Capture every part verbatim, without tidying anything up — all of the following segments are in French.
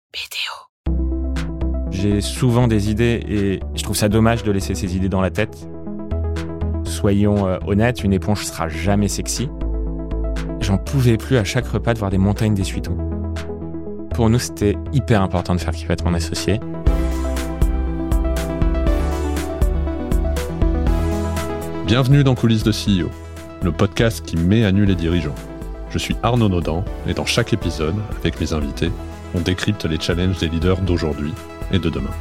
B T O. J'ai souvent des idées et je trouve ça dommage de laisser ces idées dans la tête. Soyons euh, honnêtes, une éponge sera jamais sexy. J'en pouvais plus à chaque repas de voir des montagnes d'essuie-tout. Pour nous, c'était hyper important de faire kiffer mon associé. Bienvenue dans Coulisses de C E O, le podcast qui met à nu les dirigeants. Je suis Arnaud Naudan et dans chaque épisode, avec mes invités, on décrypte les challenges des leaders d'aujourd'hui et de demain.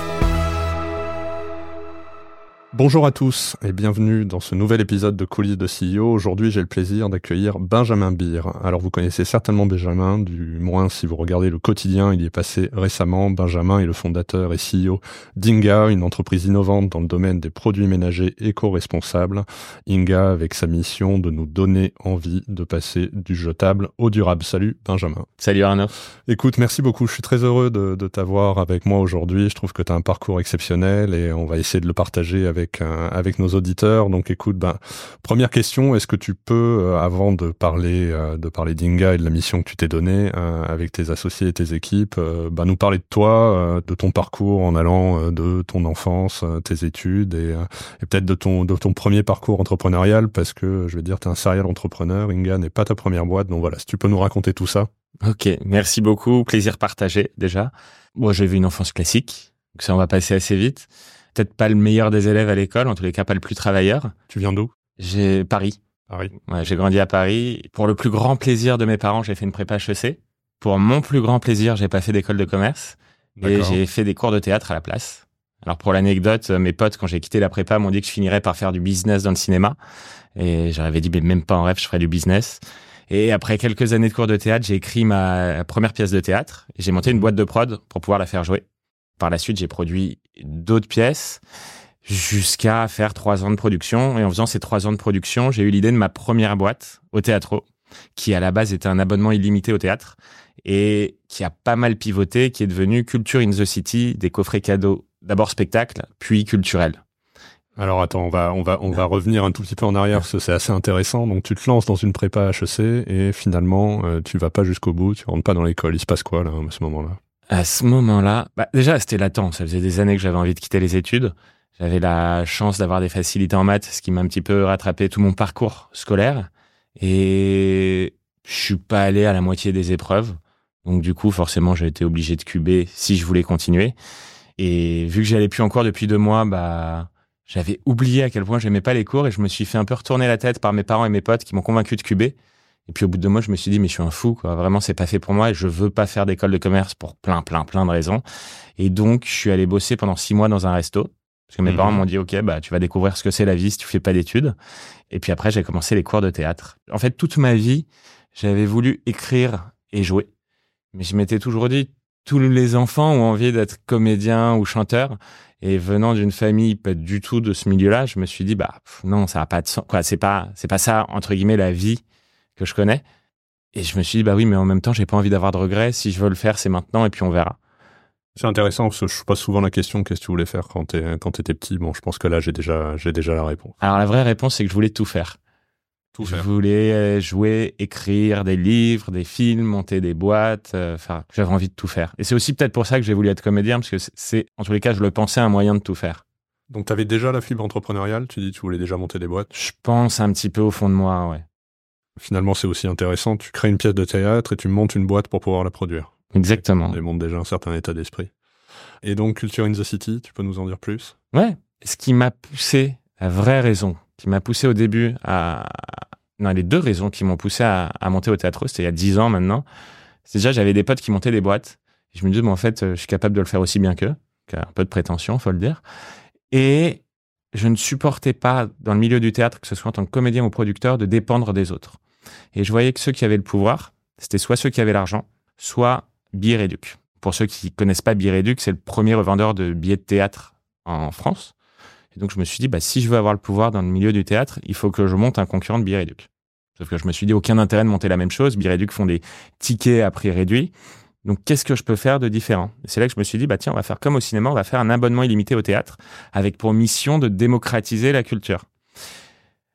Bonjour à tous et bienvenue dans ce nouvel épisode de Coulisses de C E O. Aujourd'hui, j'ai le plaisir d'accueillir Benjamin Beer. Alors, vous connaissez certainement Benjamin, du moins si vous regardez le quotidien, il y est passé récemment. Benjamin est le fondateur et C E O d'Inga, une entreprise innovante dans le domaine des produits ménagers éco-responsables. Inga avec sa mission de nous donner envie de passer du jetable au durable. Salut Benjamin. Salut Arnaud. Écoute, merci beaucoup. Je suis très heureux de, de t'avoir avec moi aujourd'hui. Je trouve que tu as un parcours exceptionnel et on va essayer de le partager avec Avec, euh, avec nos auditeurs. Donc écoute, ben, première question, est-ce que tu peux, euh, avant de parler euh, de parler d'Inga et de la mission que tu t'es donnée euh, avec tes associés et tes équipes, euh, ben, nous parler de toi, euh, de ton parcours en allant euh, de ton enfance, euh, tes études et, euh, et peut-être de ton, de ton premier parcours entrepreneurial, parce que je veux dire, tu es un serial entrepreneur, Inga n'est pas ta première boîte, donc voilà, si tu peux nous raconter tout ça. Ok, merci beaucoup, plaisir partagé déjà. Moi, j'ai eu une enfance classique, donc ça on va passer assez vite. Peut-être pas le meilleur des élèves à l'école, en tous les cas pas le plus travailleur. Tu viens d'où ? J'ai Paris. Paris. Ouais, j'ai grandi à Paris. Pour le plus grand plaisir de mes parents, j'ai fait une prépa H E C. Pour mon plus grand plaisir, j'ai pas fait d'école de commerce. D'accord. Et j'ai fait des cours de théâtre à la place. Alors pour l'anecdote, mes potes, quand j'ai quitté la prépa, m'ont dit que je finirais par faire du business dans le cinéma. Et j'avais dit, mais même pas en rêve, je ferais du business. Et après quelques années de cours de théâtre, j'ai écrit ma première pièce de théâtre. Et j'ai monté une boîte de prod pour pouvoir la faire jouer. Par la suite, j'ai produit d'autres pièces jusqu'à faire trois ans de production. Et en faisant ces trois ans de production, j'ai eu l'idée de ma première boîte au Théâtro, qui à la base était un abonnement illimité au théâtre et qui a pas mal pivoté, qui est devenu Culture in the City, des coffrets cadeaux, d'abord spectacle, puis culturel. Alors attends, on va on va on va revenir un tout petit peu en arrière parce que c'est assez intéressant. Donc tu te lances dans une prépa H E C et finalement euh, tu vas pas jusqu'au bout, tu rentres pas dans l'école. Il se passe quoi là à ce moment-là ? À ce moment-là, bah déjà c'était latent. Ça faisait des années que j'avais envie de quitter les études. J'avais la chance d'avoir des facilités en maths, ce qui m'a un petit peu rattrapé tout mon parcours scolaire. Et je suis pas allé à la moitié des épreuves. Donc du coup, forcément, j'ai été obligé de cuber si je voulais continuer. Et vu que j'allais plus en cours depuis deux mois, bah j'avais oublié à quel point j'aimais pas les cours et je me suis fait un peu retourner la tête par mes parents et mes potes qui m'ont convaincu de cuber. Et puis au bout de deux mois, je me suis dit, mais je suis un fou, quoi. Vraiment, c'est pas fait pour moi et je veux pas faire d'école de commerce pour plein, plein, plein de raisons. Et donc, je suis allé bosser pendant six mois dans un resto. Parce que mes mmh. parents m'ont dit, OK, bah, tu vas découvrir ce que c'est la vie si tu fais pas d'études. Et puis après, j'ai commencé les cours de théâtre. En fait, toute ma vie, j'avais voulu écrire et jouer. Mais je m'étais toujours dit, tous les enfants ont envie d'être comédien ou chanteur. Et venant d'une famille pas du tout de ce milieu-là, je me suis dit, bah, pff, non, ça a pas de sens. Quoi, c'est pas, c'est pas ça, entre guillemets, la vie que je connais. Et je me suis dit, bah oui, mais en même temps, j'ai pas envie d'avoir de regrets. Si je veux le faire, c'est maintenant et puis on verra. C'est intéressant parce que je pose souvent la question, qu'est-ce que tu voulais faire quand t'es, quand t'étais petit? Bon, je pense que là, j'ai déjà, j'ai déjà la réponse. Alors, la vraie réponse, c'est que je voulais tout faire. Tout je faire. voulais jouer, écrire des livres, des films, monter des boîtes. Enfin, euh, j'avais envie de tout faire. Et c'est aussi peut-être pour ça que j'ai voulu être comédien, parce que c'est, c'est en tous les cas, je le pensais un moyen de tout faire. Donc, t'avais déjà la fibre entrepreneuriale? Tu dis, tu voulais déjà monter des boîtes? Je pense un petit peu au fond de moi, ouais. Finalement, c'est aussi intéressant. Tu crées une pièce de théâtre et tu montes une boîte pour pouvoir la produire. Exactement. Ça démontre déjà un certain état d'esprit. Et donc, Culture in the City, tu peux nous en dire plus? Ouais. Ce qui m'a poussé, la vraie raison, qui m'a poussé au début à... Non, les deux raisons qui m'ont poussé à, à monter au théâtre, c'était il y a dix ans maintenant. C'est déjà, j'avais des potes qui montaient des boîtes. Et je me disais, bon, en fait, je suis capable de le faire aussi bien qu'eux. Un peu de prétention, faut le dire. Et je ne supportais pas, dans le milieu du théâtre, que ce soit en tant que comédien ou producteur, de dépendre des autres. Et je voyais que ceux qui avaient le pouvoir, c'était soit ceux qui avaient l'argent, soit Bireduc. Pour ceux qui connaissent pas Bireduc, c'est le premier revendeur de billets de théâtre en France. Et donc, je me suis dit, bah, si je veux avoir le pouvoir dans le milieu du théâtre, il faut que je monte un concurrent de Bireduc. Sauf que je me suis dit, aucun intérêt de monter la même chose. Bireduc font des tickets à prix réduit. Donc, qu'est-ce que je peux faire de différent? Et c'est là que je me suis dit, bah, tiens, on va faire comme au cinéma, on va faire un abonnement illimité au théâtre avec pour mission de démocratiser la culture.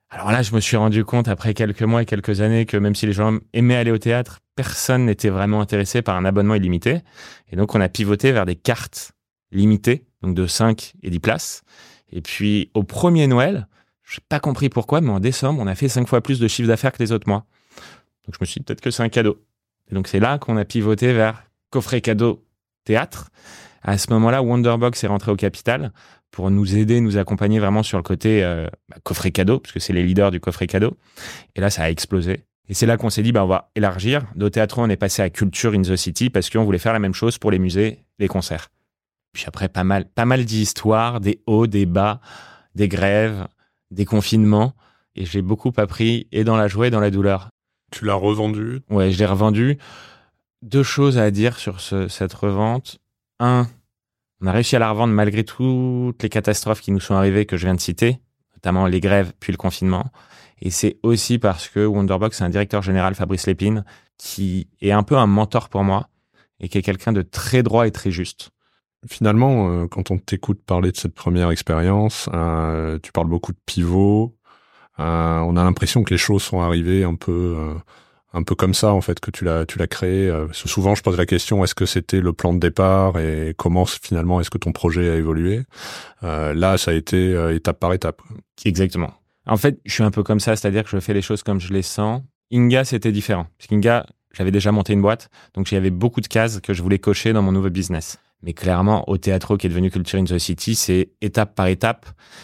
Alors là, je me suis rendu compte après quelques mois et quelques années que même si les gens aimaient aller au théâtre, personne n'était vraiment intéressé par un abonnement illimité. Et donc, on a pivoté vers des cartes limitées, donc de cinq et dix places. Et puis, au premier Noël, je n'ai pas compris pourquoi, mais en décembre, on a fait cinq fois plus de chiffre d'affaires que les autres mois. Donc, je me suis dit peut-être que c'est un cadeau. Et donc, c'est là qu'on a pivoté vers coffret cadeau théâtre. À ce moment-là, Wonderbox est rentré au capital pour nous aider, nous accompagner vraiment sur le côté euh, bah, coffret cadeau, parce que c'est les leaders du coffret cadeau. Et là, ça a explosé. Et c'est là qu'on s'est dit, bah, on va élargir. D'O-Théâtro, on est passé à Culture in the City parce qu'on voulait faire la même chose pour les musées, les concerts. Puis après, pas mal, pas mal d'histoires, des hauts, des bas, des grèves, des confinements. Et j'ai beaucoup appris, et dans la joie et dans la douleur. Tu l'as revendu? Ouais, je l'ai revendu. Deux choses à dire sur ce, cette revente. Un, on a réussi à la revendre malgré toutes les catastrophes qui nous sont arrivées que je viens de citer, notamment les grèves puis le confinement. Et c'est aussi parce que Wonderbox, c'est un directeur général, Fabrice Lépine, qui est un peu un mentor pour moi et qui est quelqu'un de très droit et très juste. Finalement, euh, quand on t'écoute parler de cette première expérience, euh, tu parles beaucoup de pivot. Euh, on a l'impression que les choses sont arrivées un peu, euh, un peu comme ça en fait, que tu l'as, tu l'as créé. Euh, souvent, je pose la question est-ce que c'était le plan de départ et comment finalement est-ce que ton projet a évolué. Euh, là, ça a été euh, étape par étape. Exactement. En fait, je suis un peu comme ça, c'est-à-dire que je fais les choses comme je les sens. Inga, c'était différent. Parce qu'Inga, j'avais déjà monté une boîte, donc j'avais beaucoup de cases que je voulais cocher dans mon nouveau business. Mais clairement, O-Théâtro, qui est devenu Culture in the City, c'est étape par étape.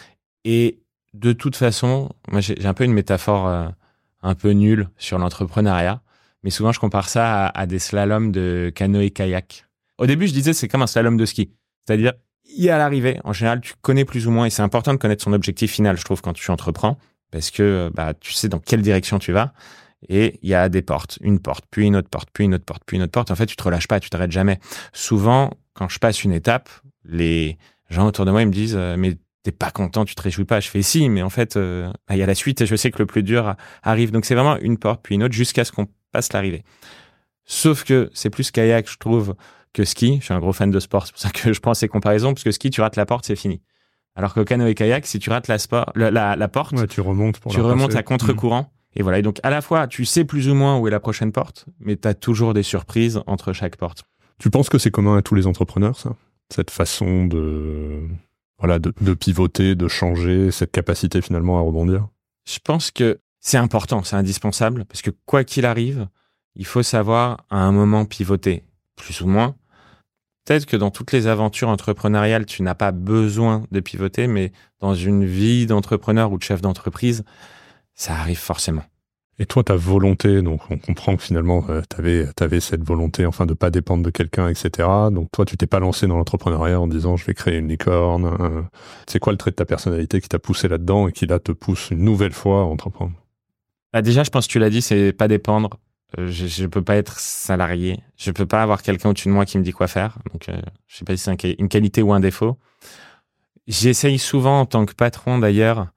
Et de toute façon, moi, j'ai, j'ai un peu une métaphore euh, un peu nulle sur l'entrepreneuriat. Mais souvent, je compare ça à, à des slaloms de canoë-kayak. Au début, je disais, c'est comme un slalom de ski. C'est-à-dire, il y a l'arrivée. En général, tu connais plus ou moins, et c'est important de connaître son objectif final, je trouve, quand tu entreprends, parce que bah, tu sais dans quelle direction tu vas. Et il y a des portes, une porte, puis une autre porte, puis une autre porte, puis une autre porte. En fait, tu te relâches pas, tu t'arrêtes jamais. Souvent, quand je passe une étape, les gens autour de moi, ils me disent euh, « mais t'es pas content, tu te réjouis pas ?» Je fais « si, mais en fait, euh, il y a la suite et je sais que le plus dur arrive. » Donc, c'est vraiment une porte, puis une autre, jusqu'à ce qu'on passe l'arrivée. Sauf que c'est plus kayak, je trouve, que ski. Je suis un gros fan de sport, c'est pour ça que je prends ces comparaisons, parce que ski, tu rates la porte, c'est fini. Alors que canoë-kayak, si tu rates la, sport, la, la, la porte, ouais, tu remontes, pour tu remontes à contre-courant. Mmh. Et voilà. Et donc, à la fois, tu sais plus ou moins où est la prochaine porte, mais tu as toujours des surprises entre chaque porte. Tu penses que c'est commun à tous les entrepreneurs, ça? Cette façon de, voilà, de, de pivoter, de changer, cette capacité finalement à rebondir? Je pense que c'est important, c'est indispensable, parce que quoi qu'il arrive, il faut savoir à un moment pivoter, plus ou moins. Peut-être que dans toutes les aventures entrepreneuriales, tu n'as pas besoin de pivoter, mais dans une vie d'entrepreneur ou de chef d'entreprise, ça arrive forcément. Et toi, ta volonté, donc on comprend que finalement, euh, t'avais, t'avais cette volonté, enfin, de pas dépendre de quelqu'un, et cetera. Donc toi, tu t'es pas lancé dans l'entrepreneuriat en disant, je vais créer une licorne. Euh, c'est quoi le trait de ta personnalité qui t'a poussé là-dedans et qui là te pousse une nouvelle fois à entreprendre? Bah déjà, je pense que tu l'as dit, c'est pas dépendre. Euh, je, je peux pas être salarié. Je peux pas avoir quelqu'un au-dessus de moi qui me dit quoi faire. Donc, euh, je sais pas si c'est un, une qualité ou un défaut. J'essaye souvent, en tant que patron d'ailleurs,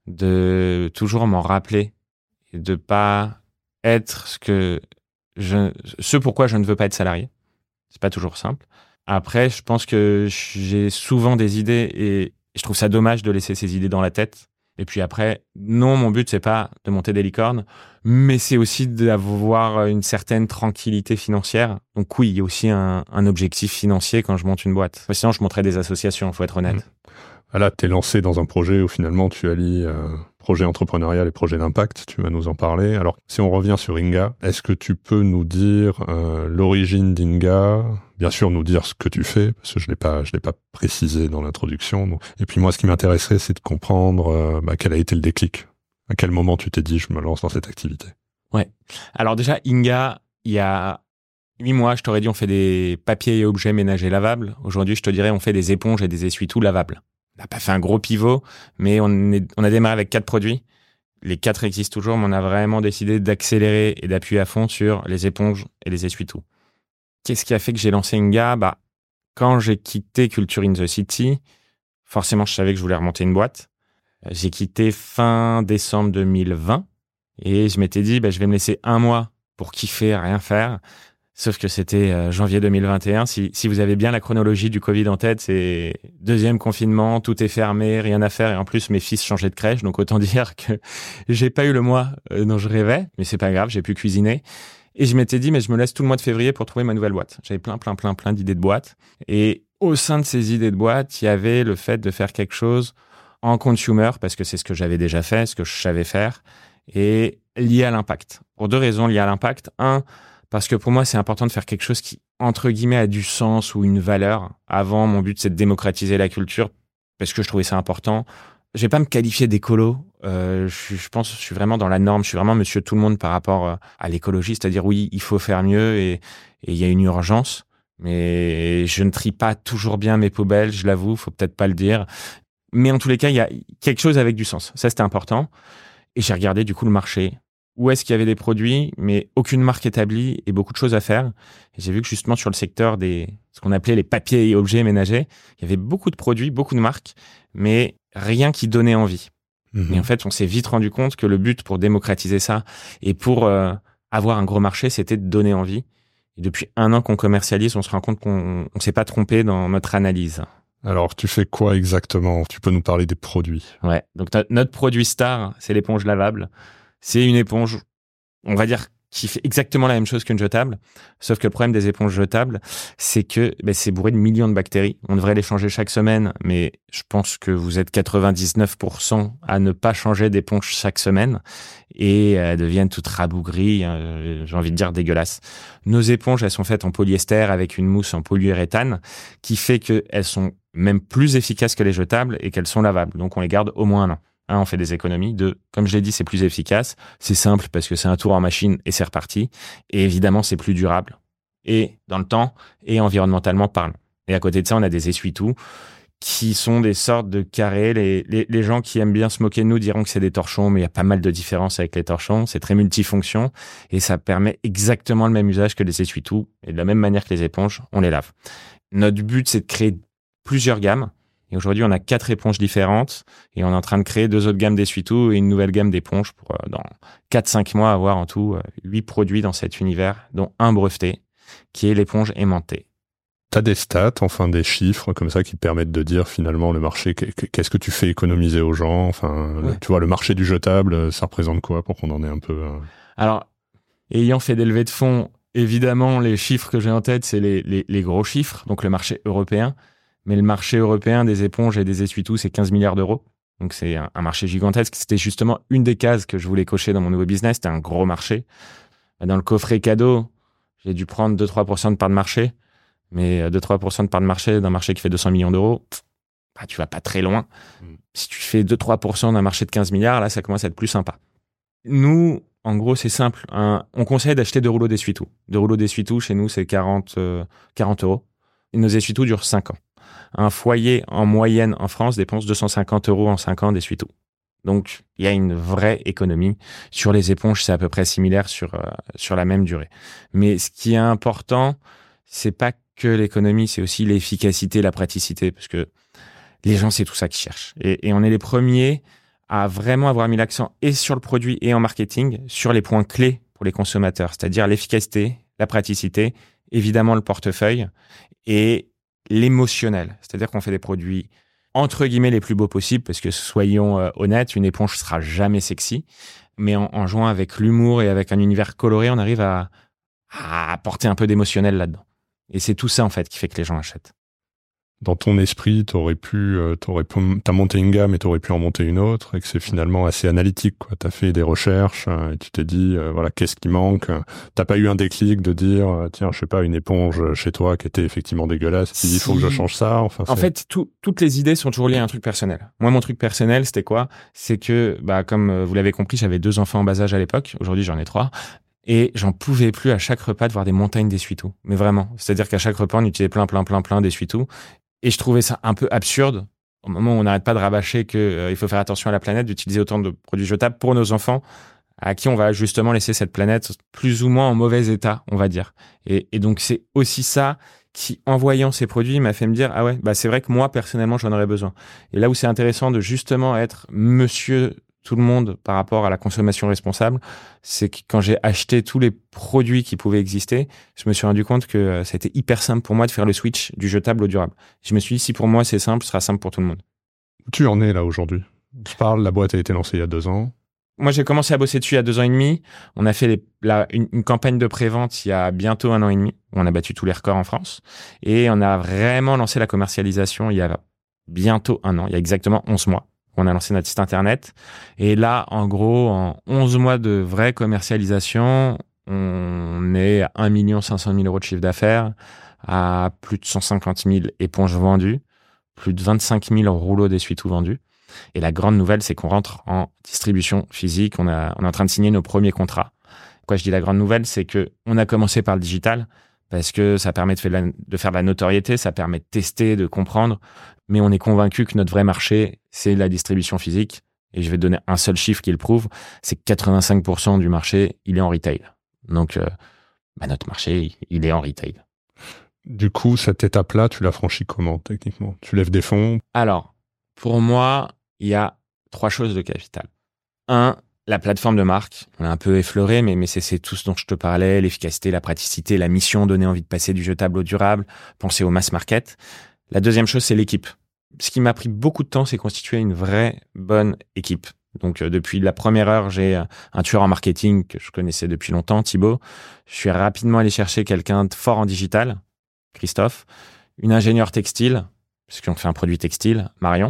de toujours m'en rappeler et de pas être ce que je, ce pourquoi je ne veux pas être salarié. C'est pas toujours simple. Après, je pense que j'ai souvent des idées et je trouve ça dommage de laisser ces idées dans la tête. Et puis après, non, mon but, c'est pas de monter des licornes, mais c'est aussi d'avoir une certaine tranquillité financière. Donc oui, il y a aussi un, un objectif financier quand je monte une boîte. Sinon, je monterais des associations, il faut être honnête. Mmh. Ah là, t'es lancé dans un projet où finalement tu allies euh, projet entrepreneurial et projet d'impact, tu vas nous en parler. Alors, si on revient sur Inga, est-ce que tu peux nous dire euh, l'origine d'Inga? Bien sûr, nous dire ce que tu fais, parce que je l'ai pas, je l'ai pas précisé dans l'introduction. Donc. Et puis moi, ce qui m'intéresserait, c'est de comprendre euh, bah, quel a été le déclic. À quel moment tu t'es dit, je me lance dans cette activité? Ouais. Alors déjà, Inga, il y a huit mois, je t'aurais dit, on fait des papiers et objets ménagers lavables. Aujourd'hui, je te dirais, on fait des éponges et des essuie-tout lavables. On n'a pas fait un gros pivot, mais on, est, on a démarré avec quatre produits. Les quatre existent toujours, mais on a vraiment décidé d'accélérer et d'appuyer à fond sur les éponges et les essuie-tout. Qu'est-ce qui a fait que j'ai lancé Inga? Bah, quand j'ai quitté Culture in the City, forcément, je savais que je voulais remonter une boîte. J'ai quitté fin décembre deux mille vingt et je m'étais dit, bah, je vais me laisser un mois pour kiffer, rien faire. Sauf que c'était euh, janvier deux mille vingt et un. Si, si vous avez bien la chronologie du Covid en tête, c'est deuxième confinement, tout est fermé, rien à faire. Et en plus, mes fils changeaient de crèche. Donc, autant dire que j'ai pas eu le mois euh, dont je rêvais. Mais c'est pas grave, j'ai pu cuisiner. Et je m'étais dit, mais je me laisse tout le mois de février pour trouver ma nouvelle boîte. J'avais plein, plein, plein, plein d'idées de boîte. Et au sein de ces idées de boîte, il y avait le fait de faire quelque chose en consumer, parce que c'est ce que j'avais déjà fait, ce que je savais faire, et lié à l'impact. Pour deux raisons liées à l'impact. Un, parce que pour moi, c'est important de faire quelque chose qui, entre guillemets, a du sens ou une valeur. Avant, mon but, c'est de démocratiser la culture parce que je trouvais ça important. Je vais pas me qualifier d'écolo. Euh, je, je pense que je suis vraiment dans la norme. Je suis vraiment monsieur tout le monde par rapport à l'écologie. C'est-à-dire, oui, il faut faire mieux et il y a une urgence. Mais je ne trie pas toujours bien mes poubelles, je l'avoue, faut peut-être pas le dire. Mais en tous les cas, il y a quelque chose avec du sens. Ça, c'était important. Et j'ai regardé, du coup, le marché. Où est-ce qu'il y avait des produits, mais aucune marque établie et beaucoup de choses à faire. Et j'ai vu que justement sur le secteur des, ce qu'on appelait les papiers et objets ménagers, il y avait beaucoup de produits, beaucoup de marques, mais rien qui donnait envie. Mmh. Et en fait, on s'est vite rendu compte que le but pour démocratiser ça et pour euh, avoir un gros marché, c'était de donner envie. Et depuis un an qu'on commercialise, on se rend compte qu'on ne s'est pas trompé dans notre analyse. Alors, tu fais quoi exactement? Tu peux nous parler des produits? Ouais. Donc, notre produit star, c'est l'éponge lavable. C'est une éponge, on va dire, qui fait exactement la même chose qu'une jetable. Sauf que le problème des éponges jetables, c'est que ben, c'est bourré de millions de bactéries. On devrait les changer chaque semaine, mais je pense que vous êtes quatre-vingt-dix-neuf pour cent à ne pas changer d'éponge chaque semaine. Et elles deviennent toutes rabougries, euh, j'ai envie de dire dégueulasses. Nos éponges, elles sont faites en polyester avec une mousse en polyuréthane qui fait qu'elles sont même plus efficaces que les jetables et qu'elles sont lavables. Donc, on les garde au moins un an. Un, on fait des économies. Deux, comme je l'ai dit, c'est plus efficace. C'est simple parce que c'est un tour en machine et c'est reparti. Et évidemment, c'est plus durable. Et dans le temps, et environnementalement parlant. Et à côté de ça, on a des essuie-tout qui sont des sortes de carrés. Les, les, les gens qui aiment bien se moquer de nous diront que c'est des torchons, mais il y a pas mal de différences avec les torchons. C'est très multifonction et ça permet exactement le même usage que les essuie-tout. Et de la même manière que les éponges, on les lave. Notre but, c'est de créer plusieurs gammes. Et aujourd'hui, on a quatre éponges différentes et on est en train de créer deux autres gammes d'essuie-tout et une nouvelle gamme d'éponges pour, euh, dans quatre cinq mois, avoir en tout euh, huit produits dans cet univers, dont un breveté, qui est l'éponge aimantée. T'as des stats, enfin des chiffres comme ça qui te permettent de dire finalement le marché, qu'est-ce que tu fais économiser aux gens? Enfin, ouais. Tu vois, le marché du jetable, ça représente quoi pour qu'on en ait un peu... Euh... Alors, ayant fait des levées de fonds, évidemment, les chiffres que j'ai en tête, c'est les, les, les gros chiffres, donc le marché européen. Mais le marché européen des éponges et des essuie-tout, c'est quinze milliards d'euros. Donc, c'est un, un marché gigantesque. C'était justement une des cases que je voulais cocher dans mon nouveau business. C'était un gros marché. Dans le coffret cadeau, j'ai dû prendre deux à trois pour cent de part de marché. Mais deux à trois pour cent de part de marché d'un marché qui fait deux cents millions d'euros, pff, bah, tu vas pas très loin. Mmh. Si tu fais deux à trois pour cent d'un marché de quinze milliards, là, ça commence à être plus sympa. Nous, en gros, c'est simple. Hein. On conseille d'acheter deux rouleaux d'essuie-tout. Deux rouleaux d'essuie-tout, chez nous, c'est quarante, euh, quarante euros. Et nos essuie-tout durent cinq ans. Un foyer, en moyenne, en France, dépense deux cent cinquante euros en cinq ans d'essuie-tout. Donc, il y a une vraie économie. Sur les éponges, c'est à peu près similaire sur, euh, sur la même durée. Mais ce qui est important, c'est pas que l'économie, c'est aussi l'efficacité, la praticité, parce que les gens, c'est tout ça qu'ils cherchent. Et, et on est les premiers à vraiment avoir mis l'accent et sur le produit et en marketing, sur les points clés pour les consommateurs, c'est-à-dire l'efficacité, la praticité, évidemment le portefeuille et l'émotionnel. C'est-à-dire qu'on fait des produits entre guillemets les plus beaux possibles, parce que soyons euh, honnêtes, une éponge sera jamais sexy, mais en, en jouant avec l'humour et avec un univers coloré, on arrive à, à apporter un peu d'émotionnel là-dedans. Et c'est tout ça, en fait, qui fait que les gens achètent. Dans ton esprit, t'aurais pu, euh, t'aurais pu, t'as monté une gamme et t'aurais pu en monter une autre, et que c'est finalement assez analytique, quoi. T'as fait des recherches, euh, et tu t'es dit, euh, voilà, qu'est-ce qui manque? T'as pas eu un déclic de dire, euh, tiens, je sais pas, une éponge chez toi qui était effectivement dégueulasse, tu si. dis, il faut que je change ça, enfin. En fait, tout, toutes les idées sont toujours liées à un truc personnel. Moi, mon truc personnel, c'était quoi? C'est que, bah, comme vous l'avez compris, j'avais deux enfants en bas âge à l'époque. Aujourd'hui, j'en ai trois. Et j'en pouvais plus à chaque repas de voir des montagnes d'essuie-tout. Mais vraiment. C'est-à-dire qu'à chaque repas, on utilisait plein, plein, plein, plein d'essuie-tout. Et je trouvais ça un peu absurde, au moment où on n'arrête pas de rabâcher qu'il euh, faut faire attention à la planète, d'utiliser autant de produits jetables pour nos enfants, à qui on va justement laisser cette planète plus ou moins en mauvais état, on va dire. Et, et donc, c'est aussi ça qui, en voyant ces produits, m'a fait me dire, ah ouais, bah c'est vrai que moi, personnellement, j'en aurais besoin. Et là où c'est intéressant de justement être monsieur tout le monde par rapport à la consommation responsable, c'est que quand j'ai acheté tous les produits qui pouvaient exister, je me suis rendu compte que c'était hyper simple pour moi de faire le switch du jetable au durable. Je me suis dit, si pour moi c'est simple, ce sera simple pour tout le monde. Où tu en es là aujourd'hui? Tu parles, la boîte a été lancée il y a deux ans. Moi, j'ai commencé à bosser dessus il y a deux ans et demi. On a fait les, la, une, une campagne de pré-vente il y a bientôt un an et demi, où on a battu tous les records en France. Et on a vraiment lancé la commercialisation il y a bientôt un an, il y a exactement onze mois. On a lancé notre site internet. Et là, en gros, en onze mois de vraie commercialisation, on est à un million cinq cent mille euros de chiffre d'affaires, à plus de cent cinquante mille éponges vendues, plus de vingt-cinq mille rouleaux d'essuie-tout vendus. Et la grande nouvelle, c'est qu'on rentre en distribution physique. On, a, on est en train de signer nos premiers contrats. Pourquoi je dis la grande nouvelle, c'est que on a commencé par le digital parce que ça permet de faire, de, la, de faire de la notoriété, ça permet de tester, de comprendre. Mais on est convaincu que notre vrai marché, c'est la distribution physique. Et je vais te donner un seul chiffre qui le prouve, c'est que quatre-vingt-cinq pour cent du marché, il est en retail. Donc, euh, bah notre marché, il est en retail. Du coup, cette étape-là, tu l'as franchie comment, techniquement? Tu lèves des fonds? Alors, pour moi, il y a trois choses de capital. Un, la plateforme de marque. On l'a un peu effleuré, mais, mais c'est, c'est tout ce dont je te parlais, l'efficacité, la praticité, la mission, donner envie de passer du jetable au durable, penser au mass market. La deuxième chose, c'est l'équipe. Ce qui m'a pris beaucoup de temps, c'est constituer une vraie bonne équipe. Donc, euh, depuis la première heure, j'ai euh, un tueur en marketing que je connaissais depuis longtemps, Thibaut. Je suis rapidement allé chercher quelqu'un de fort en digital, Christophe. Une ingénieure textile, puisqu'on fait un produit textile, Marion.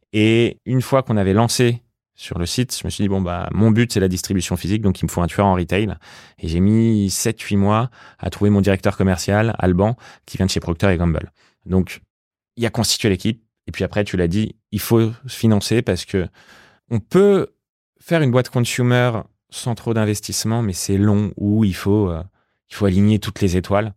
Et une fois qu'on avait lancé sur le site, je me suis dit, bon, bah, mon but, c'est la distribution physique, donc il me faut un tueur en retail. Et j'ai mis sept huit mois à trouver mon directeur commercial, Alban, qui vient de chez Procter et Gamble. Donc, il y a constitué l'équipe. Et puis après, tu l'as dit, il faut se financer parce que on peut faire une boîte consumer sans trop d'investissement, mais c'est long où il faut, euh, il faut aligner toutes les étoiles.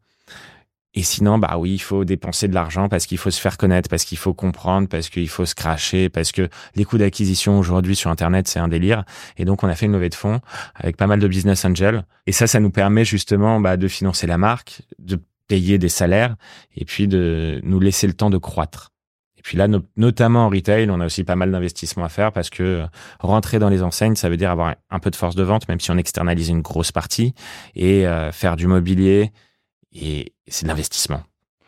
Et sinon, bah oui, il faut dépenser de l'argent parce qu'il faut se faire connaître, parce qu'il faut comprendre, parce qu'il faut se cracher, parce que les coûts d'acquisition aujourd'hui sur Internet, c'est un délire. Et donc, on a fait une levée de fonds avec pas mal de business angels. Et ça, ça nous permet justement bah, de financer la marque, de payer des salaires et puis de nous laisser le temps de croître. Et puis là, no- notamment en retail, on a aussi pas mal d'investissements à faire parce que rentrer dans les enseignes, ça veut dire avoir un peu de force de vente, même si on externalise une grosse partie, et euh, faire du mobilier. Et c'est de l'investissement.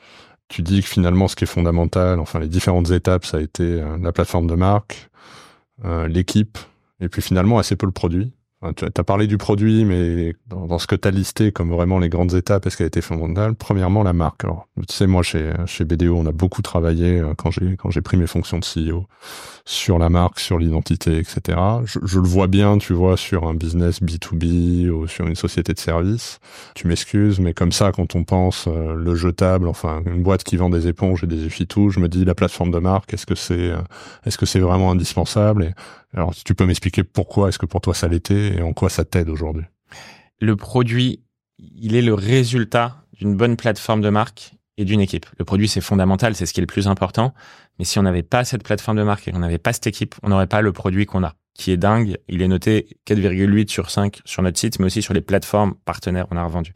Tu dis que finalement, ce qui est fondamental, enfin les différentes étapes, ça a été euh, la plateforme de marque, euh, l'équipe, et puis finalement assez peu le produit. Enfin, tu as parlé du produit, mais dans, dans ce que tu as listé comme vraiment les grandes étapes, est-ce qu'elle a été fondamentale? Premièrement, la marque. Alors, tu sais, moi, chez, chez B D O, on a beaucoup travaillé euh, quand j'ai quand j'ai pris mes fonctions de C E O sur la marque, sur l'identité, et cetera. Je, je le vois bien, tu vois, sur un business B deux B ou sur une société de service. Tu m'excuses, mais comme ça, quand on pense euh, le jetable, enfin une boîte qui vend des éponges et des essuie-tout, je me dis la plateforme de marque, est-ce que c'est euh, est-ce que c'est vraiment indispensable? Et alors, si tu peux m'expliquer pourquoi est-ce que pour toi ça l'était et en quoi ça t'aide aujourd'hui? Le produit, il est le résultat d'une bonne plateforme de marque et d'une équipe. Le produit, c'est fondamental, c'est ce qui est le plus important. Mais si on n'avait pas cette plateforme de marque et qu'on n'avait pas cette équipe, on n'aurait pas le produit qu'on a, qui est dingue. Il est noté quatre virgule huit sur cinq sur notre site, mais aussi sur les plateformes partenaires qu'on a revendues.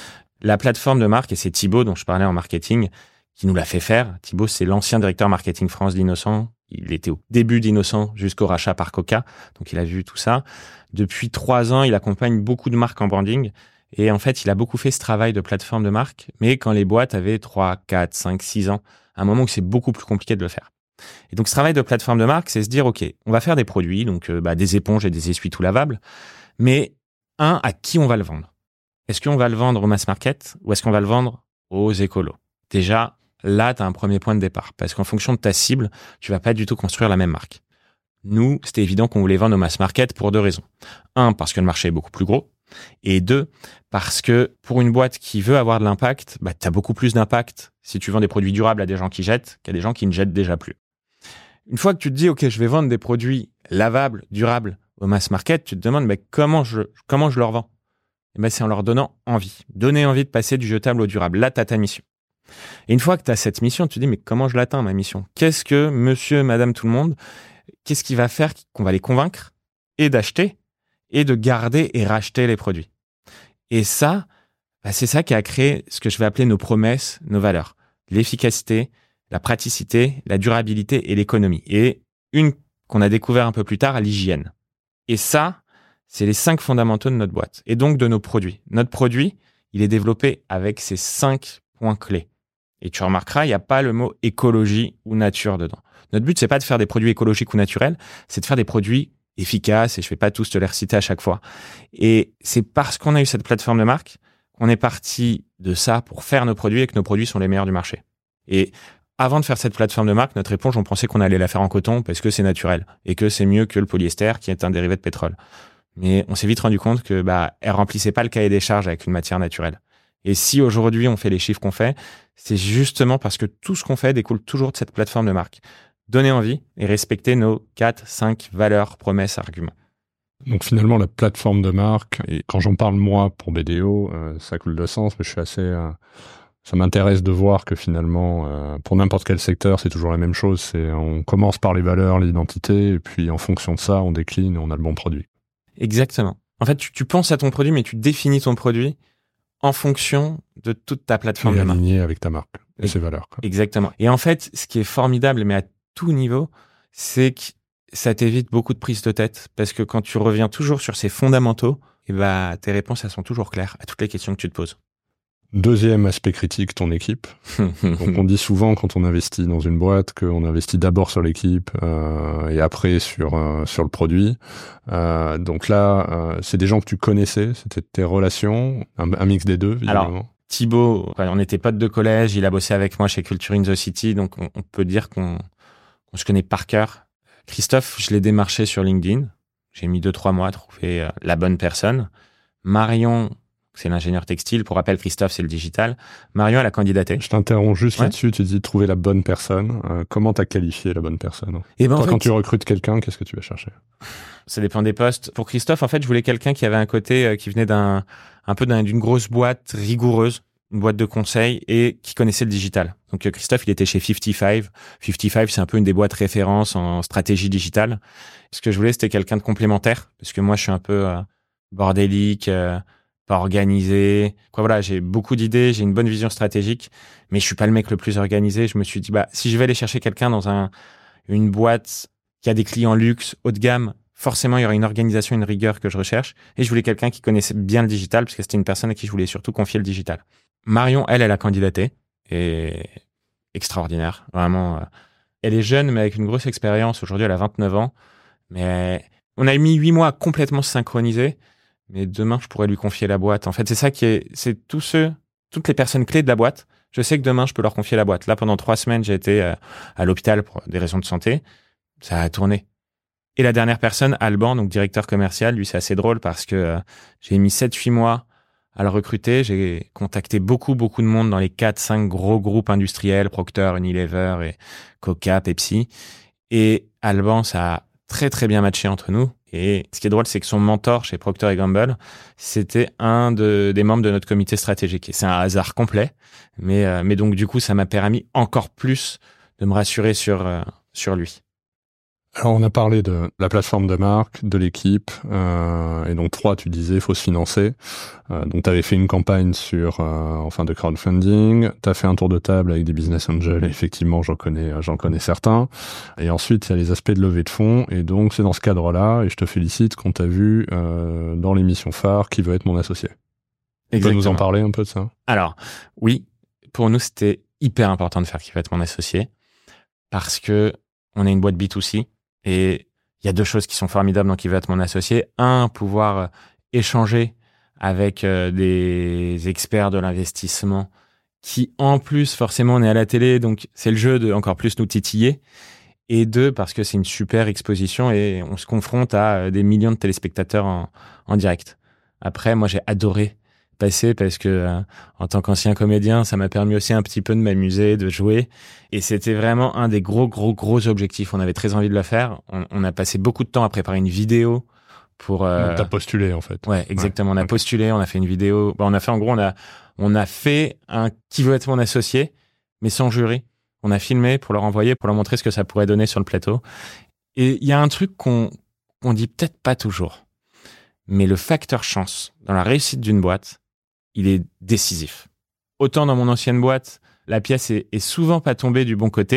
La plateforme de marque, et c'est Thibaut dont je parlais en marketing, qui nous l'a fait faire. Thibaut, c'est l'ancien directeur marketing France d'Innocent. Il était au début d'Innocent jusqu'au rachat par Coca. Donc, il a vu tout ça. Depuis trois ans, il accompagne beaucoup de marques en branding. Et en fait, il a beaucoup fait ce travail de plateforme de marque. Mais quand les boîtes avaient trois, quatre, cinq, six ans, à un moment où c'est beaucoup plus compliqué de le faire. Et donc, ce travail de plateforme de marque, c'est se dire, OK, on va faire des produits, donc euh, bah, des éponges et des essuie-tout lavables. Mais un, à qui on va le vendre? Est-ce qu'on va le vendre au mass market ou est-ce qu'on va le vendre aux écolos? Déjà, là, tu as un premier point de départ. Parce qu'en fonction de ta cible, tu vas pas du tout construire la même marque. Nous, c'était évident qu'on voulait vendre au mass market pour deux raisons. Un, parce que le marché est beaucoup plus gros. Et deux, parce que pour une boîte qui veut avoir de l'impact, bah, tu as beaucoup plus d'impact si tu vends des produits durables à des gens qui jettent qu'à des gens qui ne jettent déjà plus. Une fois que tu te dis, OK, je vais vendre des produits lavables, durables au mass market, tu te demandes, mais comment je, comment je leur vends? Et ben, c'est en leur donnant envie. Donner envie de passer du jetable au durable. Là, tu as ta mission. Et une fois que tu as cette mission, tu te dis, mais comment je l'atteins, ma mission? Qu'est-ce que monsieur, madame, tout le monde, qu'est-ce qui va faire qu'on va les convaincre et d'acheter et de garder et racheter les produits? Et ça, bah, c'est ça qui a créé ce que je vais appeler nos promesses, nos valeurs. L'efficacité, la praticité, la durabilité et l'économie. Et une qu'on a découvert un peu plus tard, l'hygiène. Et ça, c'est les cinq fondamentaux de notre boîte et donc de nos produits. Notre produit, il est développé avec ces cinq points clés. Et tu remarqueras, il n'y a pas le mot écologie ou nature dedans. Notre but, c'est pas de faire des produits écologiques ou naturels, c'est de faire des produits efficaces, et je vais pas tous te les reciter à chaque fois. Et c'est parce qu'on a eu cette plateforme de marque qu'on est parti de ça pour faire nos produits et que nos produits sont les meilleurs du marché. Et avant de faire cette plateforme de marque, notre éponge, on pensait qu'on allait la faire en coton parce que c'est naturel et que c'est mieux que le polyester qui est un dérivé de pétrole. Mais on s'est vite rendu compte que bah elle remplissait pas le cahier des charges avec une matière naturelle. Et si aujourd'hui on fait les chiffres qu'on fait, c'est justement parce que tout ce qu'on fait découle toujours de cette plateforme de marque. Donner envie et respecter nos quatre, cinq valeurs, promesses, arguments. Donc finalement, la plateforme de marque, et quand j'en parle moi pour B D O, euh, ça coule de sens, mais je suis assez... Euh, ça m'intéresse de voir que finalement, euh, pour n'importe quel secteur, c'est toujours la même chose. C'est on commence par les valeurs, l'identité, et puis en fonction de ça, on décline et on a le bon produit. Exactement. En fait, tu, tu penses à ton produit, mais tu définis ton produit en fonction de toute ta plateforme et de marque. Aligné avec ta marque et, et ses valeurs. Quoi. Exactement. Et en fait, ce qui est formidable, mais à tout niveau, c'est que ça t'évite beaucoup de prises de tête parce que quand tu reviens toujours sur ces fondamentaux, et bah, tes réponses, elles sont toujours claires à toutes les questions que tu te poses. Deuxième aspect critique, ton équipe. Donc on dit souvent quand on investit dans une boîte qu'on investit d'abord sur l'équipe euh, et après sur euh, sur le produit. Euh, donc là, euh, c'est des gens que tu connaissais, c'était tes relations, un, un mix des deux, évidemment. Alors, Thibaut, on était potes de collège, il a bossé avec moi chez Culture in the City, donc on, on peut dire qu'on, qu'on se connaît par cœur. Christophe, je l'ai démarché sur LinkedIn. J'ai mis deux, trois mois à trouver la bonne personne. Marion, c'est l'ingénieur textile. Pour rappel, Christophe, c'est le digital. Marion, elle a candidaté. Je t'interromps juste ouais. là-dessus. Tu dis trouver la bonne personne. Euh, comment t'as qualifié la bonne personne? Et ben, Toi, en fait, quand tu recrutes quelqu'un, qu'est-ce que tu vas chercher? Ça dépend des postes. Pour Christophe, en fait, je voulais quelqu'un qui avait un côté euh, qui venait d'un un peu d'un, d'une grosse boîte rigoureuse, une boîte de conseil et qui connaissait le digital. Donc euh, Christophe, il était chez cinquante-cinq. cinquante-cinq, c'est un peu une des boîtes références en stratégie digitale. Ce que je voulais, c'était quelqu'un de complémentaire parce que moi, je suis un peu euh, bordélique. Euh, pas organisé. Quoi, voilà, j'ai beaucoup d'idées, j'ai une bonne vision stratégique, mais je suis pas le mec le plus organisé. Je me suis dit, bah, si je vais aller chercher quelqu'un dans un, une boîte qui a des clients luxe, haut de gamme, forcément, il y aura une organisation, une rigueur que je recherche. Et je voulais quelqu'un qui connaissait bien le digital, parce que c'était une personne à qui je voulais surtout confier le digital. Marion, elle, elle a candidaté. Et extraordinaire. Vraiment. Elle est jeune, mais avec une grosse expérience. Aujourd'hui, elle a vingt-neuf ans. Mais on a mis huit mois à complètement se synchroniser. Mais demain, je pourrais lui confier la boîte. En fait, c'est ça qui est, c'est tous ceux, toutes les personnes clés de la boîte. Je sais que demain, je peux leur confier la boîte. Là, pendant trois semaines, j'ai été à, à l'hôpital pour des raisons de santé. Ça a tourné. Et la dernière personne, Alban, donc directeur commercial, lui, c'est assez drôle parce que euh, j'ai mis sept huit mois à le recruter. J'ai contacté beaucoup, beaucoup de monde dans les quatre cinq gros groupes industriels, Procter, Unilever et Coca, Pepsi. Et Alban, ça a très, très bien matché entre nous. Et ce qui est drôle, c'est que son mentor chez Procter et Gamble, c'était un de, des membres de notre comité stratégique. Et c'est un hasard complet. Mais, euh, mais donc, du coup, ça m'a permis encore plus de me rassurer sur, euh, sur lui. Alors, on a parlé de la plateforme de marque, de l'équipe, euh, et donc trois, tu disais, il faut se financer. Euh, donc, tu avais fait une campagne sur, euh, enfin, de crowdfunding. Tu as fait un tour de table avec des business angels. Et effectivement, j'en connais, j'en connais certains. Et ensuite, il y a les aspects de levée de fonds. Et donc, c'est dans ce cadre-là, et je te félicite qu'on t'a vu euh, dans l'émission phare Qui veut être mon associé. Tu peux nous en parler un peu de ça? Alors, oui, pour nous, c'était hyper important de faire Qui veut être mon associé parce que on est une boîte B deux C. Et il y a deux choses qui sont formidables dans Qui veut être mon associé. Un, pouvoir échanger avec euh, des experts de l'investissement qui, en plus, forcément, on est à la télé, donc c'est le jeu de encore plus nous titiller. Et deux, parce que c'est une super exposition et on se confronte à des millions de téléspectateurs en, en direct. Après, moi, j'ai adoré passer parce que euh, en tant qu'ancien comédien, ça m'a permis aussi un petit peu de m'amuser, de jouer. Et c'était vraiment un des gros, gros, gros objectifs. On avait très envie de le faire. On, on a passé beaucoup de temps à préparer une vidéo pour... Euh... Donc, t'as postulé, en fait. Ouais, exactement. Ouais. On a okay. postulé, on a fait une vidéo. Bon, on a fait, en gros, on a, on a fait un Qui veut être mon associé, mais sans jury. On a filmé pour leur envoyer, pour leur montrer ce que ça pourrait donner sur le plateau. Et il y a un truc qu'on, qu'on dit peut-être pas toujours. Mais le facteur chance dans la réussite d'une boîte, il est décisif. Autant dans mon ancienne boîte, la pièce est, est souvent pas tombée du bon côté,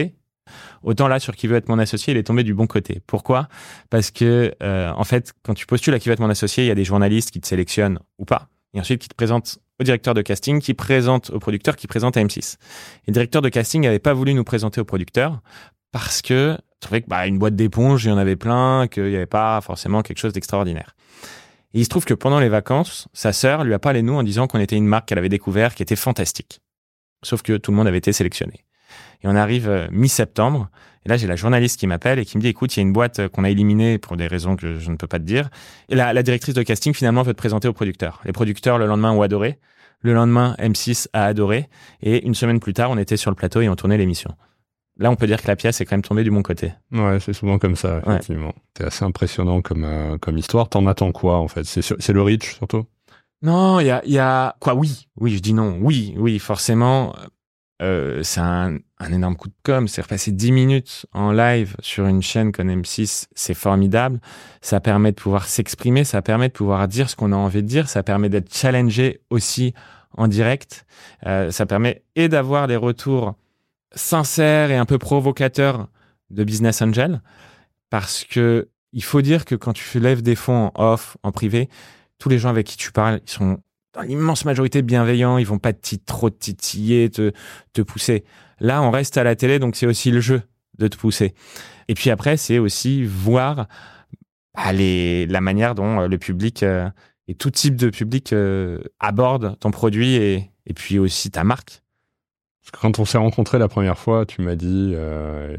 Autant là, sur Qui veut être mon associé, il est tombé du bon côté. Pourquoi ? Parce que, euh, en fait, quand tu postules à Qui veut être mon associé, il y a des journalistes qui te sélectionnent ou pas. Et ensuite, qui te présentent au directeur de casting, qui présente au producteur, qui présente à M six. Et le directeur de casting n'avait pas voulu nous présenter au producteur parce que il trouvait que, bah, une boîte d'éponge, il y en avait plein, qu'il n'y avait pas forcément quelque chose d'extraordinaire. Et il se trouve que pendant les vacances, sa sœur lui a parlé de nous en disant qu'on était une marque qu'elle avait découvert qui était fantastique. Sauf que tout le monde avait été sélectionné. Et on arrive euh, mi-septembre. Et là, j'ai la journaliste qui m'appelle et qui me dit, écoute, il y a une boîte qu'on a éliminée pour des raisons que je ne peux pas te dire. Et la, la directrice de casting, finalement, veut te présenter au producteur. Les producteurs, le lendemain, ont adoré. Le lendemain, M six a adoré. Et une semaine plus tard, on était sur le plateau et on tournait l'émission. Là, on peut dire que la pièce est quand même tombée du bon côté. Ouais, c'est souvent comme ça, effectivement. Ouais. C'est assez impressionnant comme, euh, comme histoire. T'en attends quoi, en fait ? C'est, sur, c'est le reach, surtout ? Non, il y a, y a... Quoi, oui. Oui, je dis non. Oui, oui, forcément. Euh, c'est un, un énorme coup de com'. C'est repasser dix minutes en live sur une chaîne comme M six. C'est formidable. Ça permet de pouvoir s'exprimer. Ça permet de pouvoir dire ce qu'on a envie de dire. Ça permet d'être challengé aussi en direct. Euh, ça permet et d'avoir des retours sincère et un peu provocateur de business angel, parce que il faut dire que quand tu lèves des fonds en off, en privé, tous les gens avec qui tu parles, ils sont dans l'immense majorité bienveillants, ils vont pas te trop te titiller, te, te pousser. Là, on reste à la télé, donc c'est aussi le jeu de te pousser. Et puis après, c'est aussi voir bah, les, la manière dont le public euh, et tout type de public euh, aborde ton produit et, et puis aussi ta marque. Quand on s'est rencontrés la première fois, tu m'as dit euh,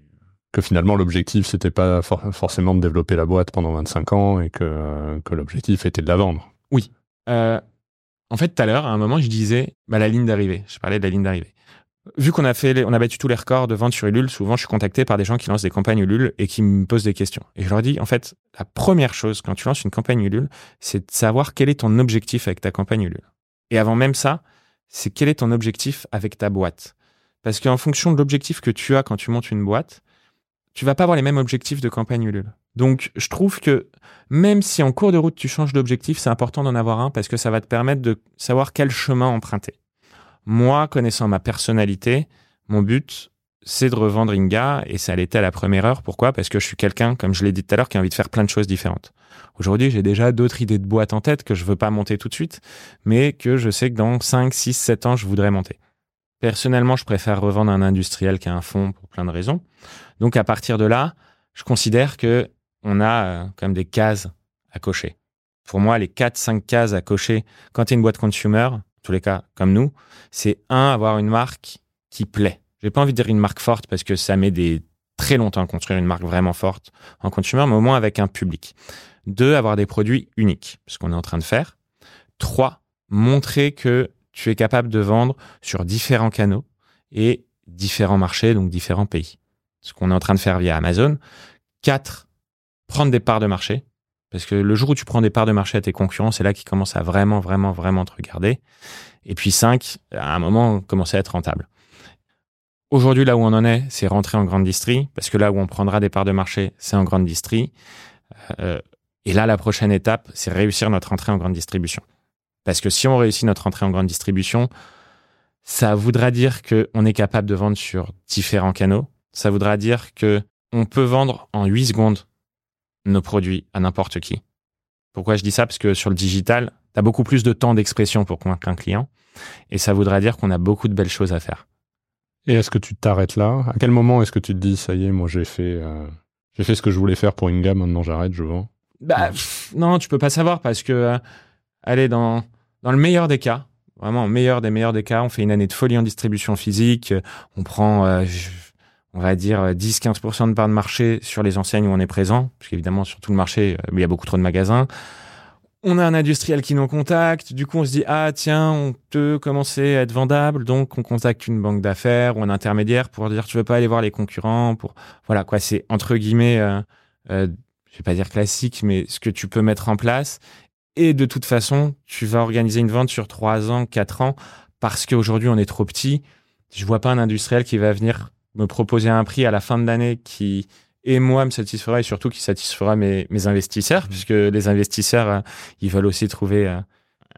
que finalement l'objectif c'était pas for- forcément de développer la boîte pendant vingt-cinq ans et que, euh, que l'objectif était de la vendre. Oui. Euh, en fait, tout à l'heure, à un moment, je disais bah, la ligne d'arrivée. Je parlais de la ligne d'arrivée. Vu qu'on a fait, les, on a battu tous les records de vente sur Ulule, souvent je suis contacté par des gens qui lancent des campagnes Ulule et qui me posent des questions. Et je leur dis, en fait, la première chose quand tu lances une campagne Ulule, c'est de savoir quel est ton objectif avec ta campagne Ulule. Et avant même ça, c'est quel est ton objectif avec ta boîte. Parce qu'en fonction de l'objectif que tu as quand tu montes une boîte, tu vas pas avoir les mêmes objectifs de campagne Ulule. Donc, je trouve que même si en cours de route tu changes d'objectif, c'est important d'en avoir un parce que ça va te permettre de savoir quel chemin emprunter. Moi, connaissant ma personnalité, mon but, c'est de revendre Inga et ça l'était à la première heure. Pourquoi ? Parce que je suis quelqu'un, comme je l'ai dit tout à l'heure, qui a envie de faire plein de choses différentes. Aujourd'hui, j'ai déjà d'autres idées de boîte en tête que je veux pas monter tout de suite, mais que je sais que dans cinq, six, sept ans, je voudrais monter. Personnellement, je préfère revendre un industriel qu'à un fonds pour plein de raisons. Donc, à partir de là, je considère que on a euh, quand même des cases à cocher. Pour moi, les quatre, cinq cases à cocher quand tu es une boîte consumer, en tous les cas comme nous, c'est un, avoir une marque qui plaît. J'ai pas envie de dire une marque forte parce que ça met des très longtemps à construire une marque vraiment forte en consumer, mais au moins avec un public. Deux, avoir des produits uniques, ce qu'on est en train de faire. Trois, montrer que tu es capable de vendre sur différents canaux et différents marchés, donc différents pays. Ce qu'on est en train de faire via Amazon. Quatre, prendre des parts de marché. Parce que le jour où tu prends des parts de marché à tes concurrents, c'est là qu'ils commencent à vraiment, vraiment, vraiment te regarder. Et puis cinq, à un moment, commencer à être rentable. Aujourd'hui, là où on en est, c'est rentrer en grande distrie, parce que là où on prendra des parts de marché, c'est en grande distrie. Euh, et là, la prochaine étape, c'est réussir notre entrée en grande distribution. Parce que si on réussit notre entrée en grande distribution, ça voudra dire qu'on est capable de vendre sur différents canaux. Ça voudra dire qu'on peut vendre en huit secondes nos produits à n'importe qui. Pourquoi je dis ça ? Parce que sur le digital, tu as beaucoup plus de temps d'expression pour convaincre un client. Et ça voudra dire qu'on a beaucoup de belles choses à faire. Et est-ce que tu t'arrêtes là ? À quel moment est-ce que tu te dis, ça y est, moi j'ai fait, euh, j'ai fait ce que je voulais faire pour Inga, maintenant j'arrête, je vends ? Bah, pff, non, tu peux pas savoir parce que, euh, allez, dans, dans le meilleur des cas, vraiment au meilleur des meilleurs des cas, on fait une année de folie en distribution physique, on prend, euh, on va dire, dix à quinze pour cent de part de marché sur les enseignes où on est présent, parce qu'évidemment, sur tout le marché, euh, il y a beaucoup trop de magasins. On a un industriel qui nous contacte, du coup on se dit « Ah tiens, on peut commencer à être vendable », donc on contacte une banque d'affaires ou un intermédiaire pour dire « Tu veux pas aller voir les concurrents ?» pour Voilà, quoi, c'est entre guillemets, euh, euh, je vais pas dire classique, mais ce que tu peux mettre en place. Et de toute façon, tu vas organiser une vente sur trois ans, quatre ans, parce qu'aujourd'hui on est trop petit. Je vois pas un industriel qui va venir me proposer un prix à la fin de l'année qui... et moi me satisfera et surtout qui satisfera mes, mes investisseurs, puisque les investisseurs, euh, ils veulent aussi trouver euh,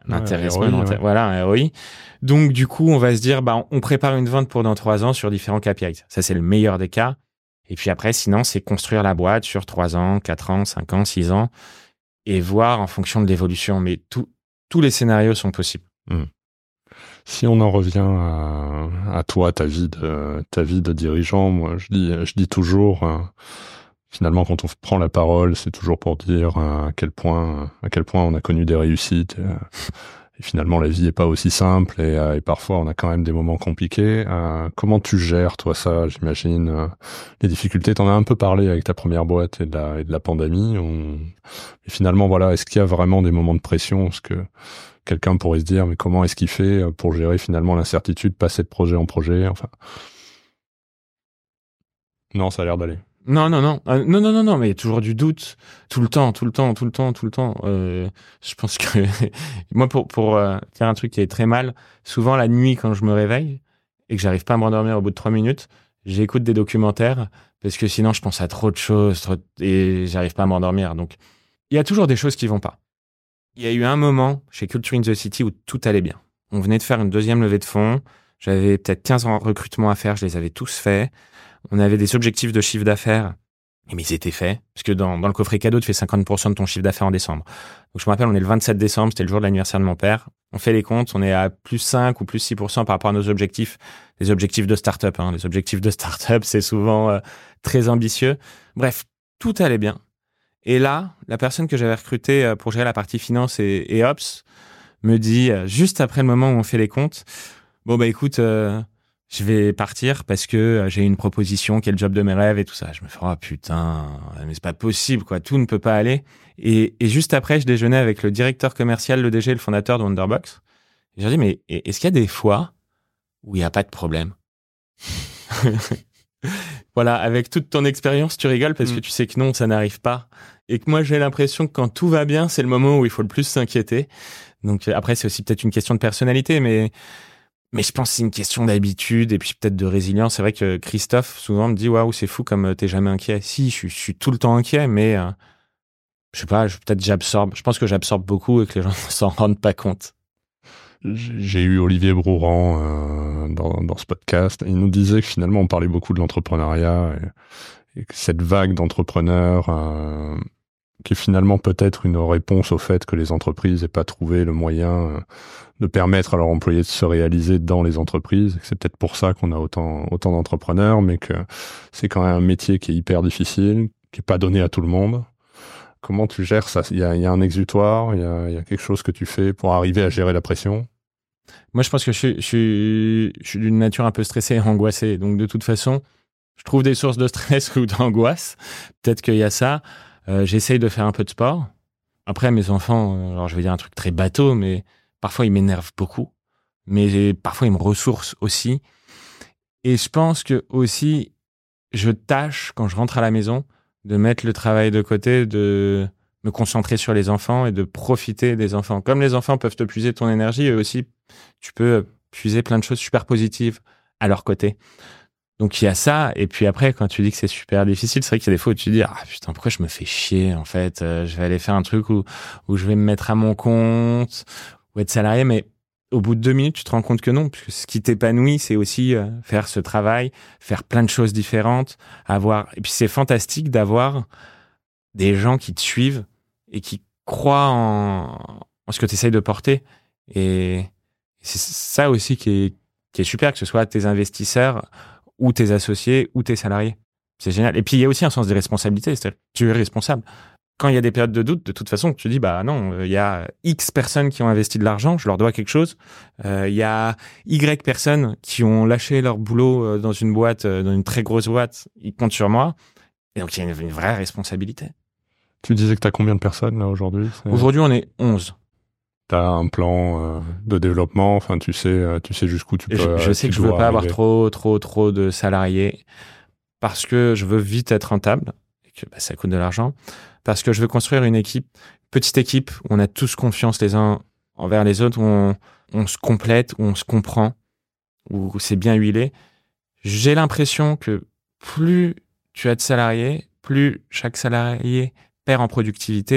l'intéressement, ouais, R O I, l'inté- ouais. voilà, un R O I. Donc, du coup, on va se dire, bah, on prépare une vente pour dans trois ans sur différents K P I. Ça, c'est le meilleur des cas. Et puis après, sinon, c'est construire la boîte sur trois ans, quatre ans, cinq ans, six ans et voir en fonction de l'évolution. Mais tout, tous les scénarios sont possibles. Mmh. Si on en revient à, à toi, ta vie de, ta vie de dirigeant, moi, je dis, je dis toujours, euh, finalement, quand on prend la parole, c'est toujours pour dire euh, à quel point, à quel point on a connu des réussites. Et, euh, et finalement, la vie est pas aussi simple et, euh, et parfois, on a quand même des moments compliqués. Euh, comment tu gères, toi, ça, j'imagine, euh, les difficultés? T'en as un peu parlé avec ta première boîte et de la, et de la pandémie. On... Et finalement, voilà, est-ce qu'il y a vraiment des moments de pression? Parce que quelqu'un pourrait se dire, mais comment est-ce qu'il fait pour gérer finalement l'incertitude, passer de projet en projet, enfin. Non, ça a l'air d'aller. Non, non, non, euh, non, non, non, non, mais il y a toujours du doute, tout le temps, tout le temps, tout le temps, tout le temps. Euh, je pense que moi, pour pour euh, faire un truc qui est très mal, souvent la nuit quand je me réveille et que j'arrive pas à m'endormir au bout de trois minutes, j'écoute des documentaires parce que sinon je pense à trop de choses trop de- et j'arrive pas à m'endormir. Donc il y a toujours des choses qui vont pas. Il y a eu un moment chez Culture in the City où tout allait bien. On venait de faire une deuxième levée de fonds. J'avais peut-être quinze recrutements à faire, je les avais tous faits. On avait des objectifs de chiffre d'affaires, mais ils étaient faits. Parce que dans, dans le coffret cadeau, tu fais cinquante pour cent de ton chiffre d'affaires en décembre. Donc je me rappelle, on est le vingt-sept décembre, c'était le jour de l'anniversaire de mon père. On fait les comptes, on est à plus cinq ou plus six pour cent par rapport à nos objectifs. Les objectifs de start-up, hein. Les objectifs de start-up, c'est souvent euh, très ambitieux. Bref, tout allait bien. Et là, la personne que j'avais recrutée euh, pour gérer la partie finance et, et ops me dit, euh, juste après le moment où on fait les comptes, bon bah écoute... Euh, je vais partir parce que j'ai une proposition qui est le job de mes rêves et tout ça. Je me fais, oh putain, mais c'est pas possible, quoi. Tout ne peut pas aller. Et, et juste après, je déjeunais avec le directeur commercial, le D G, le fondateur de Wonderbox. Et je leur dis, mais est-ce qu'il y a des fois où il n'y a pas de problème? Voilà, avec toute ton expérience, tu rigoles parce mmh. que tu sais que non, ça n'arrive pas. Et que moi, j'ai l'impression que quand tout va bien, c'est le moment où il faut le plus s'inquiéter. Donc après, c'est aussi peut-être une question de personnalité, mais... Mais je pense que c'est une question d'habitude et puis peut-être de résilience. C'est vrai que Christophe souvent me dit waouh, c'est fou comme t'es jamais inquiet. Si, je suis, je suis tout le temps inquiet, mais euh, je sais pas, je, peut-être j'absorbe. Je pense que j'absorbe beaucoup et que les gens ne s'en rendent pas compte. J'ai eu Olivier Brouran euh, dans, dans ce podcast et il nous disait que finalement on parlait beaucoup de l'entrepreneuriat et, et que cette vague d'entrepreneurs euh, qui est finalement peut-être une réponse au fait que les entreprises n'aient pas trouvé le moyen de permettre à leurs employés de se réaliser dans les entreprises. C'est peut-être pour ça qu'on a autant, autant d'entrepreneurs, mais que c'est quand même un métier qui est hyper difficile, qui n'est pas donné à tout le monde. Comment tu gères ça? Il y a, il y a un exutoire, il y a, il y a quelque chose que tu fais pour arriver à gérer la pression? Moi, je pense que je suis, je suis, je suis d'une nature un peu stressée et angoissée. Donc, de toute façon, je trouve des sources de stress ou d'angoisse. Peut-être qu'il y a ça. Euh, j'essaye de faire un peu de sport. Après, mes enfants, alors je vais dire un truc très bateau, mais parfois ils m'énervent beaucoup. Mais parfois ils me ressourcent aussi. Et je pense que aussi, je tâche, quand je rentre à la maison, de mettre le travail de côté, de me concentrer sur les enfants et de profiter des enfants. Comme les enfants peuvent te puiser ton énergie, eux aussi, tu peux puiser plein de choses super positives à leur côté. Donc il y a ça, et puis après quand tu dis que c'est super difficile, c'est vrai qu'il y a des fois où tu te dis ah putain pourquoi je me fais chier en fait, euh, je vais aller faire un truc où où je vais me mettre à mon compte ou être salarié, mais au bout de deux minutes tu te rends compte que non, puisque ce qui t'épanouit c'est aussi euh, faire ce travail, faire plein de choses différentes, avoir et puis c'est fantastique d'avoir des gens qui te suivent et qui croient en, en ce que tu essayes de porter, et c'est ça aussi qui est qui est super, que ce soit tes investisseurs ou tes associés, ou tes salariés. C'est génial. Et puis, il y a aussi un sens des responsabilités. C'est-à-dire, tu es responsable. Quand il y a des périodes de doute, de toute façon, tu dis, bah non, il y a X personnes qui ont investi de l'argent, je leur dois quelque chose. Euh, il y a Y personnes qui ont lâché leur boulot dans une boîte, dans une très grosse boîte, ils comptent sur moi. Et donc, il y a une, une vraie responsabilité. Tu disais que tu as combien de personnes, là, aujourd'hui? C'est... Aujourd'hui, on est onze. Tu as un plan euh, de développement, enfin, tu sais, tu sais jusqu'où tu peux. Je, je sais que je veux pas arriver. avoir trop, trop, trop de salariés parce que je veux vite être rentable et que bah, ça coûte de l'argent. Parce que je veux construire une équipe, petite équipe où on a tous confiance les uns envers les autres, où on, on se complète, où on se comprend, où c'est bien huilé. J'ai l'impression que plus tu as de salariés, plus chaque salarié perd en productivité,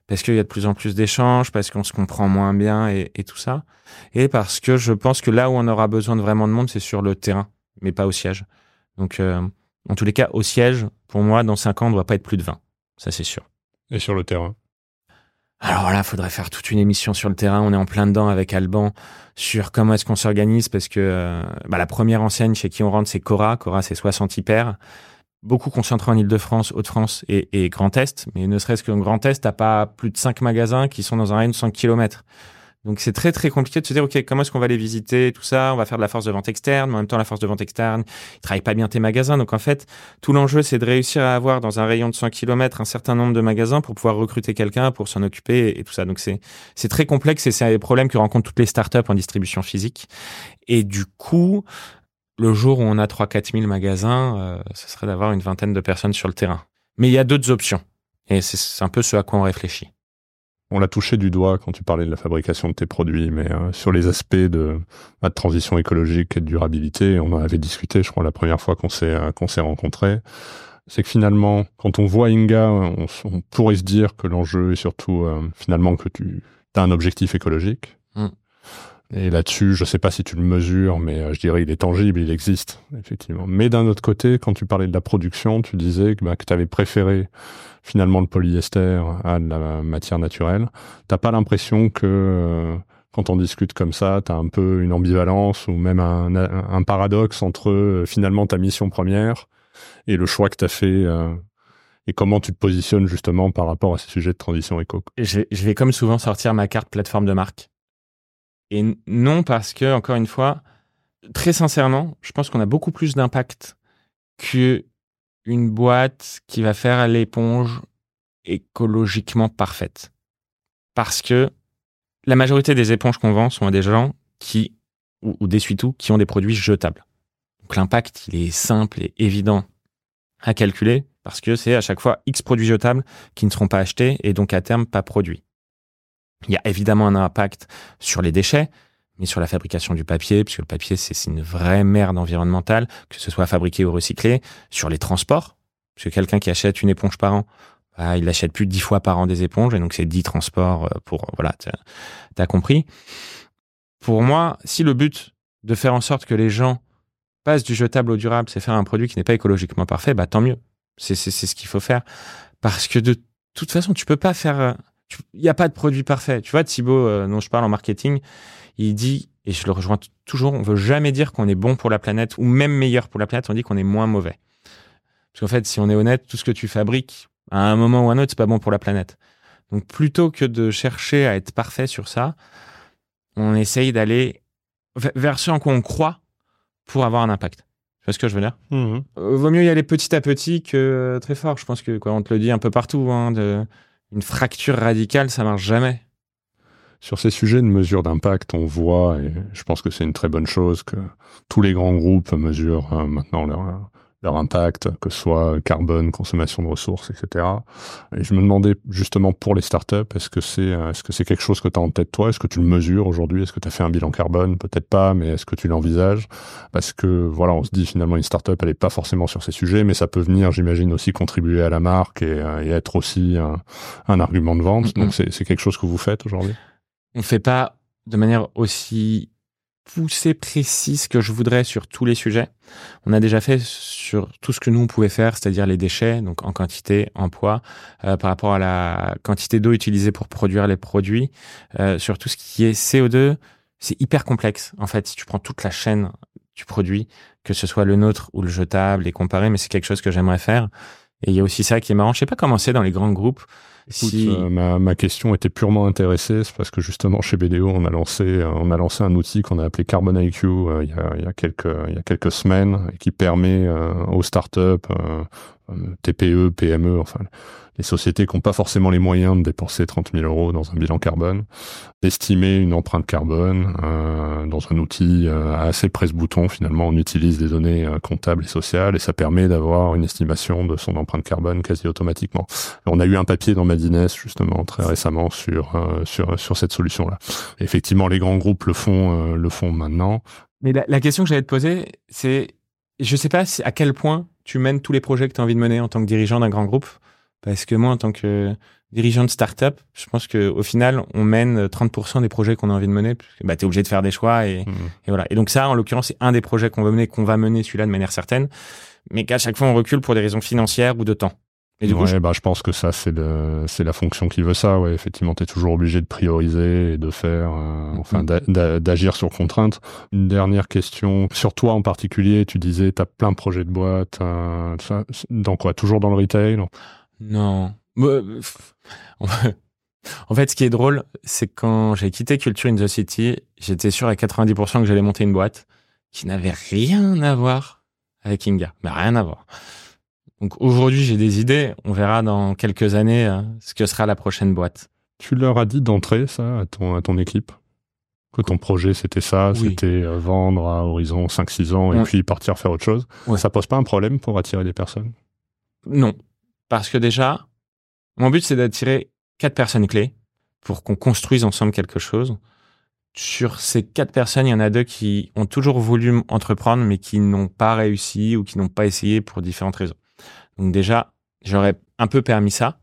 parce qu'il y a de plus en plus d'échanges, parce qu'on se comprend moins bien et, et tout ça. Et parce que je pense que là où on aura besoin de vraiment de monde, c'est sur le terrain, mais pas au siège. Donc, euh, en tous les cas, au siège, pour moi, dans cinq ans, on ne doit pas être plus de vingt. Ça, c'est sûr. Et sur le terrain? Alors là, il faudrait faire toute une émission sur le terrain. On est en plein dedans avec Alban sur comment est-ce qu'on s'organise, parce que euh, bah, la première enseigne chez qui on rentre, c'est Cora. Cora, c'est soixante hyper. Beaucoup concentrés en Ile-de-France, Hauts-de-France et, et Grand Est. Mais ne serait-ce qu'en Grand Est, t'as pas plus de cinq magasins qui sont dans un rayon de cent kilomètres. Donc c'est très très compliqué de se dire, ok, comment est-ce qu'on va les visiter, tout ça, on va faire de la force de vente externe, mais en même temps la force de vente externe, ils travaillent pas bien tes magasins. Donc en fait, tout l'enjeu, c'est de réussir à avoir dans un rayon de cent kilomètres un certain nombre de magasins pour pouvoir recruter quelqu'un, pour s'en occuper et, et tout ça. Donc c'est c'est très complexe et c'est un problème que rencontrent toutes les startups en distribution physique. Et du coup, le jour où on a trois à quatre mille magasins, euh, ce serait d'avoir une vingtaine de personnes sur le terrain. Mais il y a d'autres options. Et c'est, c'est un peu ce à quoi on réfléchit. On l'a touché du doigt quand tu parlais de la fabrication de tes produits, mais euh, sur les aspects de, de transition écologique et de durabilité, on en avait discuté, je crois, la première fois qu'on s'est, euh, qu'on s'est rencontrés. C'est que finalement, quand on voit Inga, on, on pourrait se dire que l'enjeu est surtout, euh, finalement, que tu as un objectif écologique. Mm. Et là-dessus, je sais pas si tu le mesures, mais euh, je dirais il est tangible, il existe, effectivement. Mais d'un autre côté, quand tu parlais de la production, tu disais que, bah, que tu avais préféré finalement le polyester à de la matière naturelle. T'as pas l'impression que euh, quand on discute comme ça, t'as un peu une ambivalence ou même un, un paradoxe entre euh, finalement ta mission première et le choix que t'as fait euh, et comment tu te positionnes justement par rapport à ces sujets de transition éco. Je, je vais comme souvent sortir ma carte plateforme de marque. Et non parce que, encore une fois, très sincèrement, je pense qu'on a beaucoup plus d'impact que une boîte qui va faire l'éponge écologiquement parfaite. Parce que la majorité des éponges qu'on vend sont à des gens qui, ou, ou des essuie-tout, qui ont des produits jetables. Donc l'impact, il est simple et évident à calculer parce que c'est à chaque fois X produits jetables qui ne seront pas achetés et donc à terme pas produits. Il y a évidemment un impact sur les déchets, mais sur la fabrication du papier, puisque le papier, c'est, c'est une vraie merde environnementale, que ce soit fabriqué ou recyclé, sur les transports, parce que quelqu'un qui achète une éponge par an, bah, il achète plus de dix fois par an des éponges, et donc c'est dix transports pour, voilà, t'as, t'as compris. Pour moi, si le but de faire en sorte que les gens passent du jetable au durable, c'est faire un produit qui n'est pas écologiquement parfait, bah tant mieux. C'est, c'est, c'est ce qu'il faut faire. Parce que de toute façon, tu peux pas faire... Il n'y a pas de produit parfait. Tu vois, Thibaut, euh, dont je parle en marketing, il dit, et je le rejoins t- toujours, on veut jamais dire qu'on est bon pour la planète ou même meilleur pour la planète, on dit qu'on est moins mauvais. Parce qu'en fait, si on est honnête, tout ce que tu fabriques, à un moment ou à un autre, c'est pas bon pour la planète. Donc, plutôt que de chercher à être parfait sur ça, on essaye d'aller v- vers ce en quoi on croit pour avoir un impact. Tu vois ce que je veux dire ? Mmh. Euh, vaut mieux y aller petit à petit que euh, très fort. Je pense que, quoi, on te le dit un peu partout, hein, de... Une fracture radicale, ça marche jamais. Sur ces sujets de mesure d'impact, on voit, et je pense que c'est une très bonne chose, que tous les grands groupes mesurent euh, maintenant leur, leur impact, que ce soit carbone, consommation de ressources, et cetera. Et je me demandais justement pour les startups, est-ce que c'est, est-ce que c'est quelque chose que tu as en tête toi ? Est-ce que tu le mesures aujourd'hui ? Est-ce que tu as fait un bilan carbone ? Peut-être pas, mais est-ce que tu l'envisages ? Parce que voilà, on se dit finalement une startup, elle est pas forcément sur ces sujets, mais ça peut venir, j'imagine, aussi contribuer à la marque et, et être aussi un, un argument de vente. Mm-hmm. Donc c'est, c'est quelque chose que vous faites aujourd'hui ? On fait pas de manière aussi poussée, précise que je voudrais sur tous les sujets. On a déjà fait sur tout ce que nous on pouvait faire, c'est-à-dire les déchets, donc en quantité, en poids, euh, par rapport à la quantité d'eau utilisée pour produire les produits. Euh, sur tout ce qui est C O deux, c'est hyper complexe. En fait, si tu prends toute la chaîne du produit, que ce soit le nôtre ou le jetable, et comparer, mais c'est quelque chose que j'aimerais faire. Et il y a aussi ça qui est marrant. Je sais pas comment c'est dans les grands groupes. Écoute, si... euh, ma, ma question était purement intéressée, c'est parce que justement chez B D O on a lancé euh, on a lancé un outil qu'on a appelé Carbon I Q euh, il y a il y a quelques il y a quelques semaines et qui permet euh, aux startups, euh, T P E, P M E, enfin les sociétés qui n'ont pas forcément les moyens de dépenser trente mille euros dans un bilan carbone, d'estimer une empreinte carbone euh, dans un outil euh, assez presse-bouton. Finalement, on utilise des données euh, comptables et sociales et ça permet d'avoir une estimation de son empreinte carbone quasi automatiquement. On a eu un papier dans Madines justement très récemment sur euh, sur sur cette solution-là. Et effectivement, les grands groupes le font euh, le font maintenant. Mais la, la question que j'allais te poser, c'est, je sais pas si, à quel point tu mènes tous les projets que tu as envie de mener en tant que dirigeant d'un grand groupe. Parce que moi, en tant que dirigeant de start-up, je pense qu'au final, on mène trente pour cent des projets qu'on a envie de mener. Parce que bah, tu es obligé de faire des choix. Et, mmh. et voilà. Et donc ça, en l'occurrence, c'est un des projets qu'on va mener, qu'on va mener celui-là de manière certaine. Mais qu'à chaque fois, on recule pour des raisons financières ou de temps. Et du ouais, coup, je... bah, je pense que ça, c'est, le, c'est la fonction qui veut ça. Ouais. Effectivement, tu es toujours obligé de prioriser et de faire, euh, enfin, mmh. d'a, d'a, d'agir sur contrainte. Une dernière question. Sur toi en particulier, tu disais, tu as plein de projets de boîte. Euh, ça, dans quoi? Toujours dans le retail? Non. En fait, ce qui est drôle, c'est que quand j'ai quitté Culture in the City, j'étais sûr à quatre-vingt-dix pour cent que j'allais monter une boîte qui n'avait rien à voir avec Inga. Mais rien à voir. Donc aujourd'hui, j'ai des idées. On verra dans quelques années euh, ce que sera la prochaine boîte. Tu leur as dit d'entrée, ça, à ton, à ton équipe? Que ton projet, c'était ça, oui. C'était euh, vendre à horizon cinq six ans et ouais. puis partir faire autre chose. Ouais. Ça pose pas un problème pour attirer des personnes? Non. Parce que déjà, mon but, c'est d'attirer quatre personnes clés pour qu'on construise ensemble quelque chose. Sur ces quatre personnes, il y en a deux qui ont toujours voulu entreprendre, mais qui n'ont pas réussi ou qui n'ont pas essayé pour différentes raisons. Donc déjà, j'aurais un peu permis ça.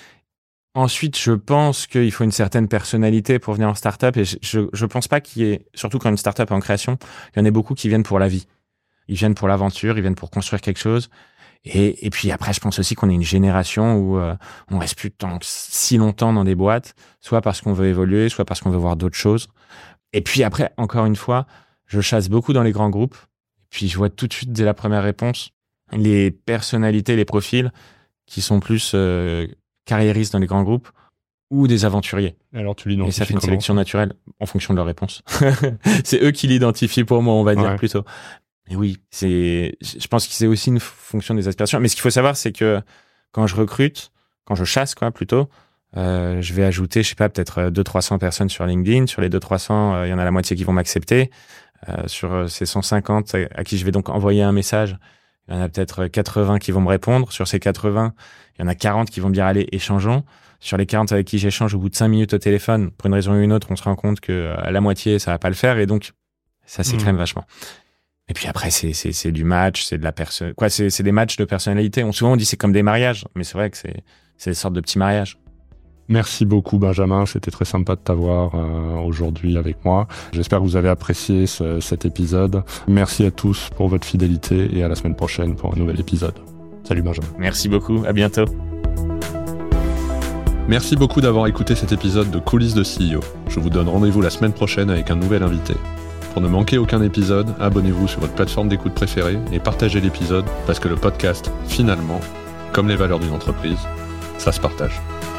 Ensuite, je pense qu'il faut une certaine personnalité pour venir en start-up. Et je, je, je pense pas qu'il y ait, surtout quand une start-up est en création, il y en a beaucoup qui viennent pour la vie. Ils viennent pour l'aventure, ils viennent pour construire quelque chose. Et, et puis après, je pense aussi qu'on est une génération où euh, on reste plus tant, si longtemps dans des boîtes, soit parce qu'on veut évoluer, soit parce qu'on veut voir d'autres choses. Et puis après, encore une fois, je chasse beaucoup dans les grands groupes. Et puis je vois tout de suite dès la première réponse les personnalités, les profils qui sont plus euh, carriéristes dans les grands groupes ou des aventuriers. Alors tu l'identifies Et ça fait une comment? sélection naturelle en fonction de leur réponse. C'est eux qui l'identifient pour moi, on va dire ouais. plutôt. Et oui, c'est, je pense que c'est aussi une fonction des aspirations. Mais ce qu'il faut savoir, c'est que quand je recrute, quand je chasse, quoi, plutôt, euh, je vais ajouter, je sais pas, peut-être deux cents trois cents personnes sur LinkedIn. Sur les deux cents trois cents, il euh, y en a la moitié qui vont m'accepter. Euh, sur ces cent cinquante à qui je vais donc envoyer un message, il y en a peut-être quatre-vingts qui vont me répondre. Sur ces quatre-vingts, il y en a quarante qui vont me dire, allez, échangeons. Sur les quarante avec qui j'échange, au bout de cinq minutes au téléphone, pour une raison ou une autre, on se rend compte que à la moitié, ça va pas le faire. Et donc, ça s'écrème mmh. vachement. Et puis après, c'est, c'est, c'est du match, c'est de la personne, quoi, c'est, c'est des matchs de personnalité. On, souvent, on dit c'est comme des mariages, mais c'est vrai que c'est, c'est des sortes de petits mariages. Merci beaucoup, Benjamin. C'était très sympa de t'avoir euh, aujourd'hui avec moi. J'espère que vous avez apprécié ce, cet épisode. Merci à tous pour votre fidélité et à la semaine prochaine pour un nouvel épisode. Salut, Benjamin. Merci beaucoup. À bientôt. Merci beaucoup d'avoir écouté cet épisode de Coulisses de C E O. Je vous donne rendez-vous la semaine prochaine avec un nouvel invité. Pour ne manquer aucun épisode, abonnez-vous sur votre plateforme d'écoute préférée et partagez l'épisode parce que le podcast, finalement, comme les valeurs d'une entreprise, ça se partage.